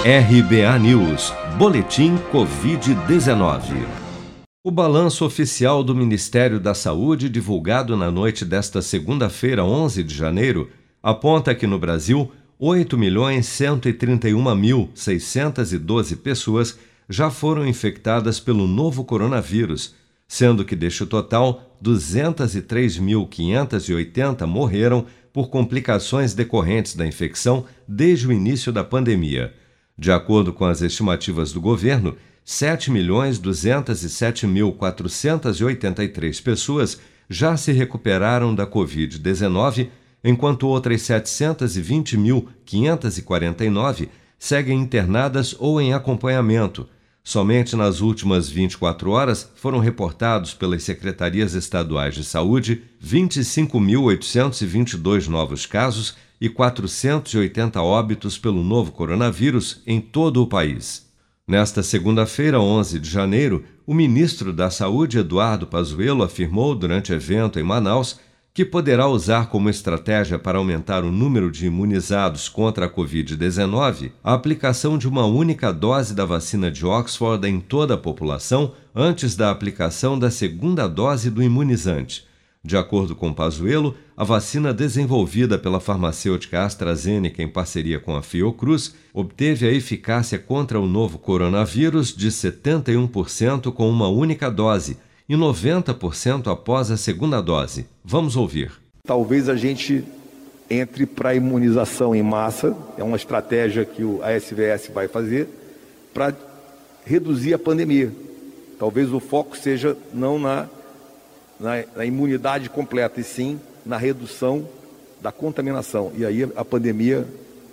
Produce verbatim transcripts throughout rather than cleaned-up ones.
R B A News, Boletim covid dezenove. O balanço oficial do Ministério da Saúde, divulgado na noite desta segunda-feira, onze de janeiro, aponta que no Brasil, oito milhões cento e trinta e um mil seiscentas e doze pessoas já foram infectadas pelo novo coronavírus, sendo que deste total, duzentos e três mil quinhentos e oitenta morreram por complicações decorrentes da infecção desde o início da pandemia. De acordo com as estimativas do governo, sete milhões duzentos e sete mil quatrocentos e oitenta e três pessoas já se recuperaram da covid dezenove, enquanto outras setecentos e vinte mil quinhentos e quarenta e nove seguem internadas ou em acompanhamento. Somente nas últimas vinte e quatro horas foram reportados pelas secretarias estaduais de saúde vinte e cinco mil oitocentos e vinte e dois novos casos e quatrocentos e oitenta óbitos pelo novo coronavírus em todo o país. Nesta segunda-feira, onze de janeiro, o ministro da Saúde, Eduardo Pazuello, afirmou durante evento em Manaus que poderá usar como estratégia para aumentar o número de imunizados contra a covid dezenove a aplicação de uma única dose da vacina de Oxford em toda a população antes da aplicação da segunda dose do imunizante. De acordo com Pazuello, a vacina desenvolvida pela farmacêutica AstraZeneca em parceria com a Fiocruz obteve a eficácia contra o novo coronavírus de setenta e um por cento com uma única dose e noventa por cento após a segunda dose. Vamos ouvir. Talvez a gente entre para a imunização em massa, é uma estratégia que o A S V S vai fazer para reduzir a pandemia. Talvez o foco seja não na Na, na imunidade completa, e sim na redução da contaminação. E aí a pandemia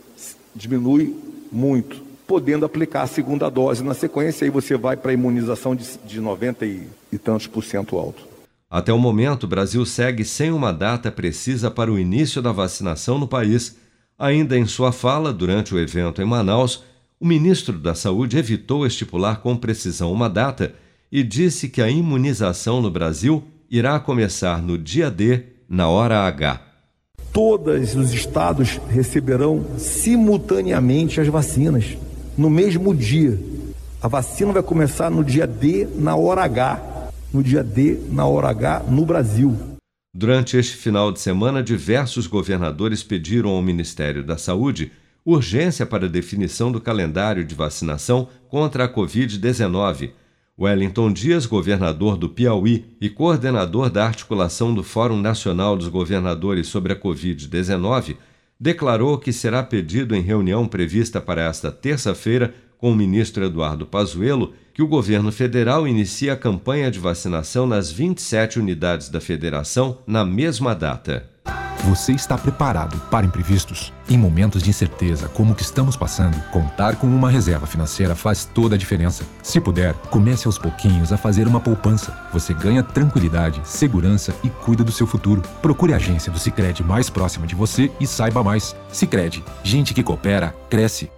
diminui muito, podendo aplicar a segunda dose na sequência, aí você vai para a imunização de, de noventa e, e tantos por cento alto. Até o momento, o Brasil segue sem uma data precisa para o início da vacinação no país. Ainda em sua fala, durante o evento em Manaus, o ministro da Saúde evitou estipular com precisão uma data e disse que a imunização no Brasil irá começar no dia D, na hora H. Todos os estados receberão simultaneamente as vacinas, no mesmo dia. A vacina vai começar no dia D, na hora H. No dia D, na hora H, no Brasil. Durante este final de semana, diversos governadores pediram ao Ministério da Saúde urgência para a definição do calendário de vacinação contra a covid dezenove. Wellington Dias, governador do Piauí e coordenador da articulação do Fórum Nacional dos Governadores sobre a covid dezenove, declarou que será pedido em reunião prevista para esta terça-feira com o ministro Eduardo Pazuello que o governo federal inicie a campanha de vacinação nas vinte e sete unidades da federação na mesma data. Você está preparado para imprevistos? Em momentos de incerteza como o que estamos passando, contar com uma reserva financeira faz toda a diferença. Se puder, comece aos pouquinhos a fazer uma poupança. Você ganha tranquilidade, segurança e cuida do seu futuro. Procure a agência do Sicredi mais próxima de você e saiba mais. Sicredi, gente que coopera, cresce.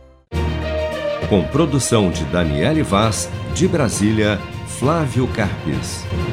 Com produção de Daniele Vaz, de Brasília, Flávio Carpes.